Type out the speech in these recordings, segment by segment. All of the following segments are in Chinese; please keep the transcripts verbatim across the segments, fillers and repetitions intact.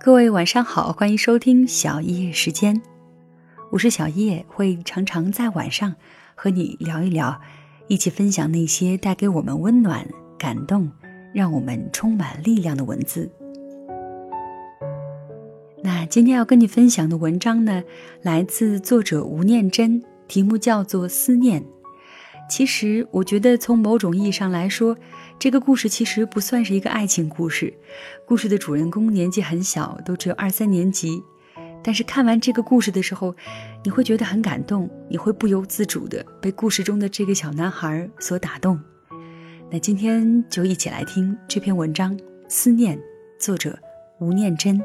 各位晚上好，欢迎收听小叶时间，我是小叶，会常常在晚上和你聊一聊，一起分享那些带给我们温暖、感动，让我们充满力量的文字。那今天要跟你分享的文章呢，来自作者吴念真，题目叫做《思念》。其实我觉得从某种意义上来说，这个故事其实不算是一个爱情故事，故事的主人公年纪很小，都只有二三年级，但是看完这个故事的时候，你会觉得很感动，你会不由自主的被故事中的这个小男孩所打动。那今天就一起来听这篇文章《思念》，作者吴念真。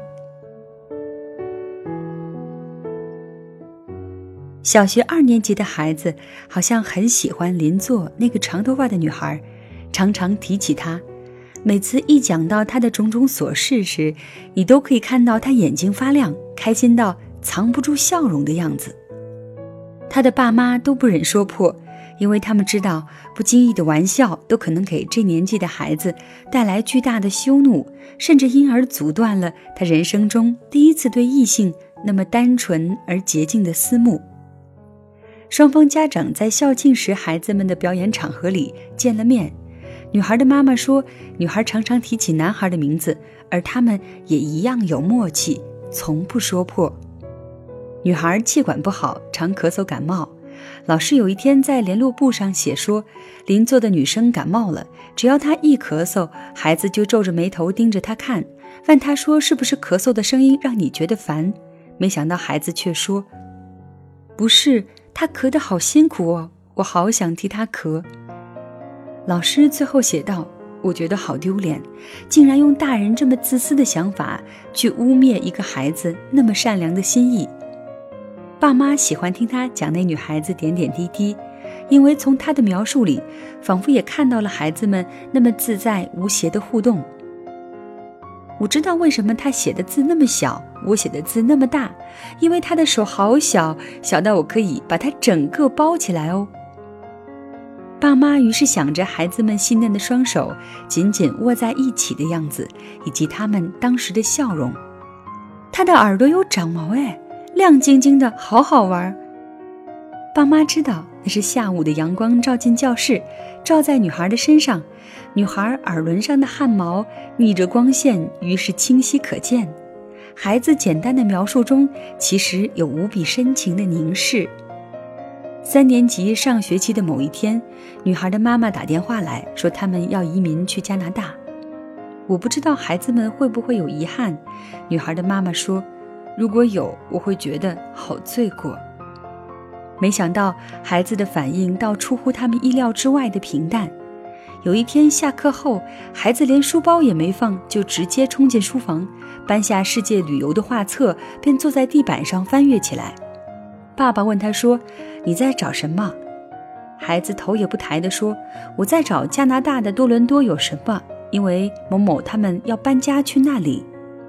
小学二年级的孩子好像很喜欢邻座那个长头发的女孩，常常提起她。每次一讲到她的种种琐事时，你都可以看到她眼睛发亮，开心到藏不住笑容的样子。她的爸妈都不忍说破，因为他们知道不经意的玩笑都可能给这年纪的孩子带来巨大的羞怒，甚至因而阻断了他人生中第一次对异性那么单纯而洁净的思慕。双方家长在校庆时孩子们的表演场合里见了面，女孩的妈妈说，女孩常常提起男孩的名字，而他们也一样有默契，从不说破。女孩气管不好，常咳嗽感冒，老师有一天在联络簿上写说，邻座的女生感冒了，只要她一咳嗽，孩子就皱着眉头盯着她看，问她说是不是咳嗽的声音让你觉得烦。没想到孩子却说，不是，他咳得好辛苦哦，我好想替他咳。老师最后写道，我觉得好丢脸，竟然用大人这么自私的想法去污蔑一个孩子那么善良的心意。爸妈喜欢听他讲那女孩子点点滴滴，因为从他的描述里仿佛也看到了孩子们那么自在无邪的互动。我知道为什么他写的字那么小，我写的字那么大，因为他的手好小，小到我可以把他整个包起来哦。爸妈于是想着孩子们细嫩的双手紧紧握在一起的样子，以及他们当时的笑容。他的耳朵有长毛哎，亮晶晶的，好好玩。爸妈知道那是下午的阳光照进教室，照在女孩的身上，女孩耳轮上的汗毛逆着光线，于是清晰可见。孩子简单的描述中，其实有无比深情的凝视。三年级上学期的某一天，女孩的妈妈打电话来说，他们要移民去加拿大。我不知道孩子们会不会有遗憾，女孩的妈妈说，如果有，我会觉得好罪过。没想到孩子的反应倒出乎他们意料之外的平淡。有一天下课后，孩子连书包也没放，就直接冲进书房，搬下世界旅游的画册，便坐在地板上翻阅起来。爸爸问他说，你在找什么？孩子头也不抬地说，我在找加拿大的多伦多有什么，因为某某他们要搬家去那里。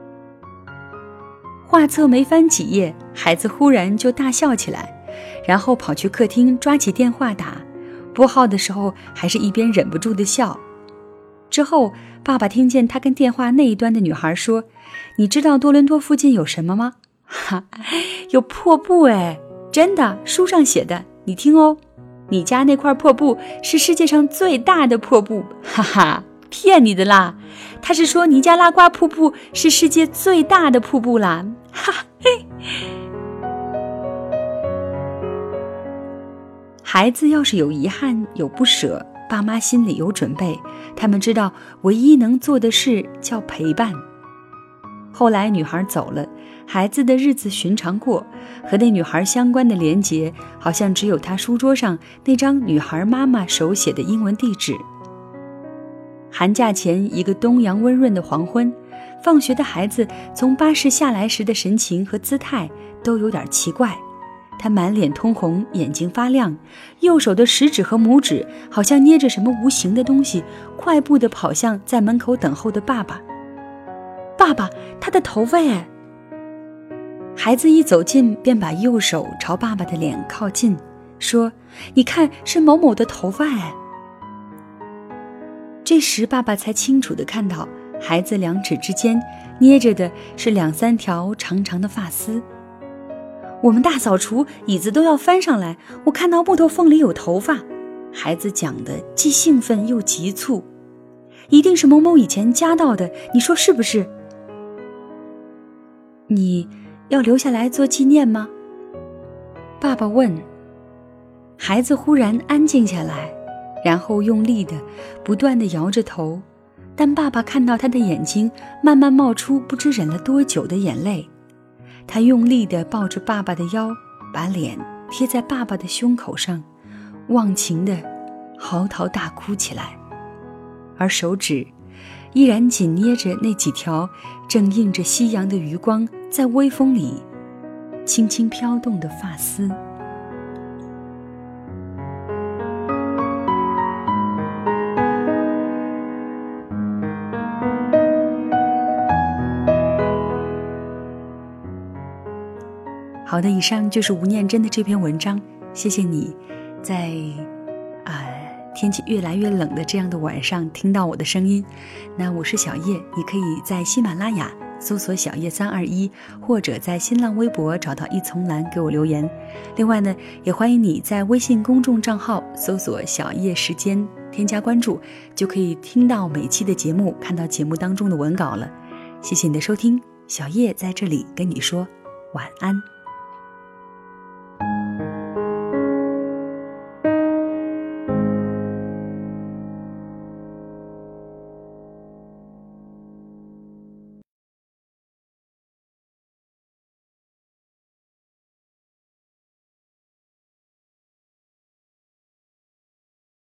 画册没翻几页，孩子忽然就大笑起来，然后跑去客厅抓起电话打，拨号的时候还是一边忍不住的笑。之后爸爸听见他跟电话那一端的女孩说，你知道多伦多附近有什么吗？哈，有破布哎，真的，书上写的，你听哦，你家那块破布是世界上最大的破布，哈哈，骗你的啦，他是说尼加拉瓜瀑布是世界最大的瀑布啦，哈嘿。孩子要是有遗憾有不舍，爸妈心里有准备，他们知道唯一能做的事叫陪伴。后来女孩走了，孩子的日子寻常过，和那女孩相关的连结好像只有他书桌上那张女孩妈妈手写的英文地址。寒假前一个东阳温润的黄昏，放学的孩子从巴士下来时的神情和姿态都有点奇怪，他满脸通红，眼睛发亮，右手的食指和拇指好像捏着什么无形的东西，快步地跑向在门口等候的爸爸。爸爸，他的头发耶！孩子一走近，便把右手朝爸爸的脸靠近，说：“你看，是某某的头发哎。”这时爸爸才清楚地看到， 孩子两指之间捏着的是两三条长长的发丝。我们大扫除，椅子都要翻上来，我看到木头缝里有头发。孩子讲的既兴奋又急促，一定是某某以前夹到的，你说是不是？你要留下来做纪念吗？爸爸问。孩子忽然安静下来，然后用力的不断地摇着头，但爸爸看到他的眼睛慢慢冒出不知忍了多久的眼泪。他用力地抱着爸爸的腰，把脸贴在爸爸的胸口上，忘情地嚎啕大哭起来，而手指依然紧捏着那几条正映着夕阳的余光在微风里轻轻飘动的发丝。好的，以上就是吴念真的这篇文章，谢谢你在呃天气越来越冷的这样的晚上听到我的声音。那我是小叶，你可以在喜马拉雅搜索小叶三二一，或者在新浪微博找到一丛蓝给我留言。另外呢，也欢迎你在微信公众账号搜索小叶时间，添加关注，就可以听到每期的节目，看到节目当中的文稿了。谢谢你的收听，小叶在这里跟你说晚安。